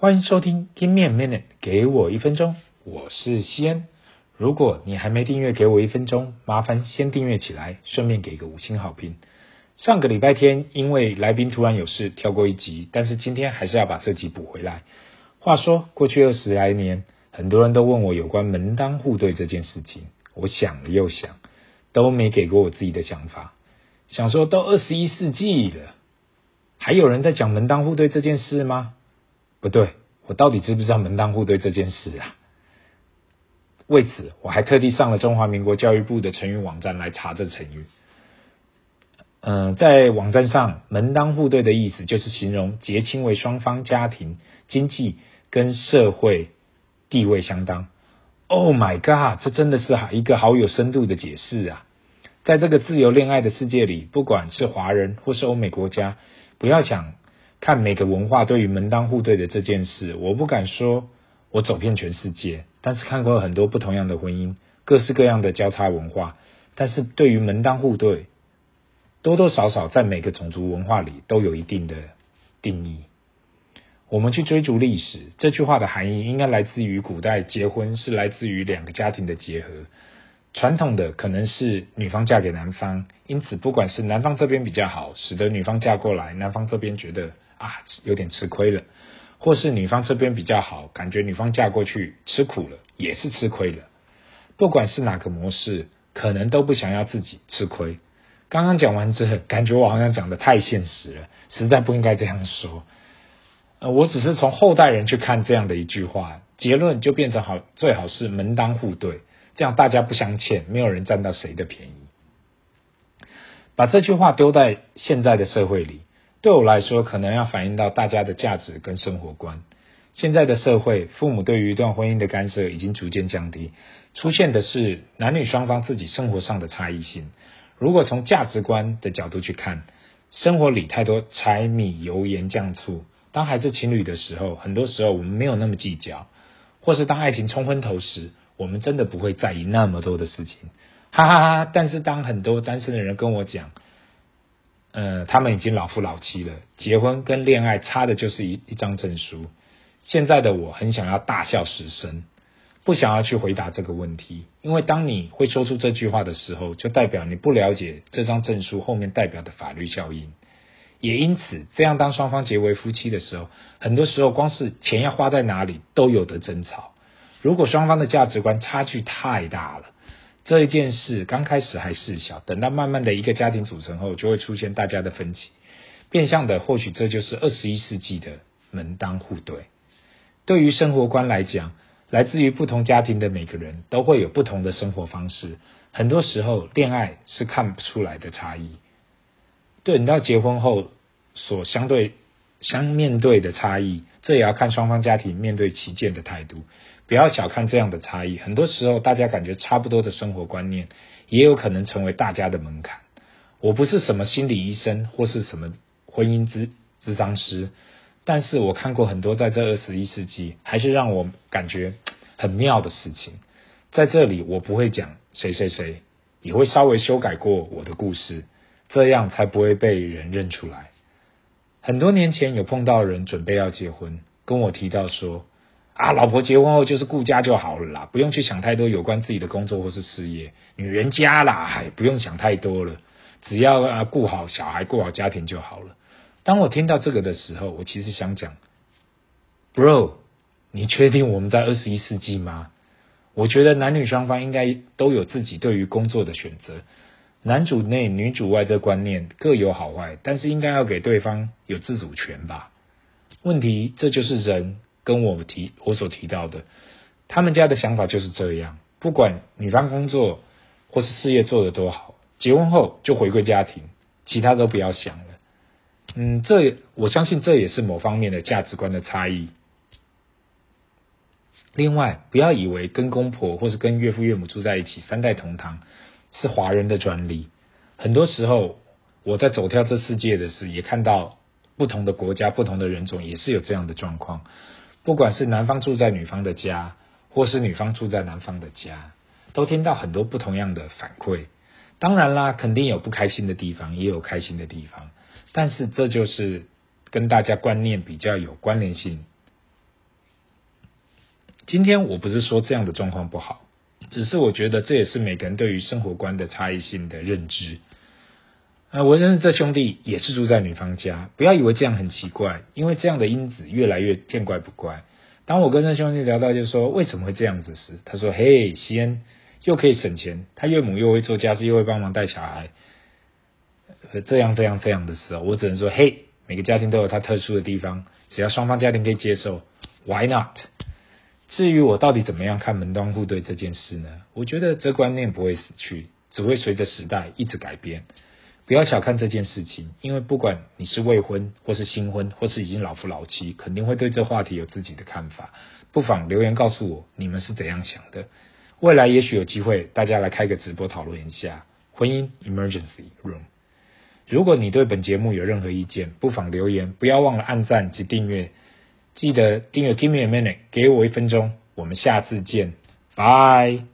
欢迎收听 Give me a minute， 给我一分钟，我是西恩。如果你还没订阅给我一分钟，麻烦先订阅起来，顺便给个5星好评。上个礼拜天因为来宾突然有事跳过一集，但是今天还是要把这集补回来。话说过去20来年，很多人都问我有关门当户对这件事情，我想了又想，都没给过我自己的想法。想说都21世纪了，还有人在讲门当户对这件事吗？不对，我到底知不知道门当户对这件事啊？为此我还特地上了中华民国教育部的成语网站来查这成语。在网站上，门当户对的意思就是形容结亲为双方家庭、经济跟社会地位相当。Oh my god， 这真的是一个好有深度的解释啊！在这个自由恋爱的世界里，不管是华人或是欧美国家，不要想看每个文化对于门当户对的这件事，我不敢说我走遍全世界，但是看过很多不同样的婚姻，各式各样的交叉文化，但是对于门当户对，多多少少在每个种族文化里都有一定的定义。我们去追逐历史，这句话的含义应该来自于古代结婚是来自于两个家庭的结合，传统的可能是女方嫁给男方，因此不管是男方这边比较好，使得女方嫁过来，男方这边觉得有点吃亏了，或是女方这边比较好，感觉女方嫁过去吃苦了，也是吃亏了。不管是哪个模式，可能都不想要自己吃亏。刚刚讲完之后，感觉我好像讲得太现实了，实在不应该这样说。我只是从后代人去看这样的一句话，结论就变成最好是门当户对，这样大家不相欠，没有人占到谁的便宜。把这句话丢在现在的社会里，对我来说可能要反映到大家的价值跟生活观。现在的社会，父母对于一段婚姻的干涉已经逐渐降低，出现的是男女双方自己生活上的差异性。如果从价值观的角度去看，生活里太多柴米油盐酱醋，当还是情侣的时候，很多时候我们没有那么计较，或是当爱情冲昏头时，我们真的不会在意那么多的事情，哈哈哈。但是当很多单身的人跟我讲，他们已经老夫老妻了，结婚跟恋爱差的就是一张证书，现在的我很想要大笑失声，不想要去回答这个问题，因为当你会说出这句话的时候，就代表你不了解这张证书后面代表的法律效应。也因此，这样当双方结为夫妻的时候，很多时候光是钱要花在哪里都有的争吵。如果双方的价值观差距太大了，这一件事刚开始还事小，等到慢慢的一个家庭组成后，就会出现大家的分歧。变相的，或许这就是21世纪的门当户对。对于生活观来讲，来自于不同家庭的每个人都会有不同的生活方式，很多时候恋爱是看不出来的差异。等到结婚后所相面对的差异，这也要看双方家庭面对旗舰的态度。不要小看这样的差异，很多时候大家感觉差不多的生活观念，也有可能成为大家的门槛。我不是什么心理医生或是什么婚姻咨商师，但是我看过很多在这21世纪还是让我感觉很妙的事情。在这里我不会讲谁谁谁，也会稍微修改过我的故事，这样才不会被人认出来。很多年前有碰到人准备要结婚，跟我提到说老婆结婚后就是顾家就好了啦，不用去想太多有关自己的工作或是事业，女人家啦，不用想太多了，只要顾好小孩顾好家庭就好了。当我听到这个的时候，我其实想讲 Bro， 你确定我们在21世纪吗？我觉得男女双方应该都有自己对于工作的选择，男主内女主外这观念各有好坏，但是应该要给对方有自主权吧。问题这就是人跟我所提到的，他们家的想法就是这样，不管女方工作或是事业做得多好，结婚后就回归家庭，其他都不要想了。我相信这也是某方面的价值观的差异。另外，不要以为跟公婆或是跟岳父岳母住在一起3代同堂是华人的专利，很多时候我在走跳这世界的时，也看到不同的国家不同的人种也是有这样的状况，不管是男方住在女方的家，或是女方住在男方的家，都听到很多不同样的反馈。当然啦，肯定有不开心的地方，也有开心的地方，但是这就是跟大家观念比较有关联性今天我不是说这样的状况不好，只是我觉得这也是每个人对于生活观的差异性的认知。我认识这兄弟也是住在女方家，不要以为这样很奇怪，因为这样的因子越来越见怪不怪。当我跟这兄弟聊到就说为什么会这样子时，他说嘿，西恩又可以省钱，他岳母又会做家事，又会帮忙带小孩，这样的时候，我只能说嘿，每个家庭都有他特殊的地方，只要双方家庭可以接受 ，Why not？ 至于我到底怎么样看门当户对这件事呢？我觉得这观念不会死去，只会随着时代一直改变。不要小看这件事情，因为不管你是未婚或是新婚或是已经老夫老妻，肯定会对这话题有自己的看法，不妨留言告诉我你们是怎样想的。未来也许有机会大家来开个直播讨论一下婚姻 Emergency Room。如果你对本节目有任何意见，不妨留言，不要忘了按赞及订阅，记得订阅 Give me a minute， 给我1分钟，我们下次见，拜。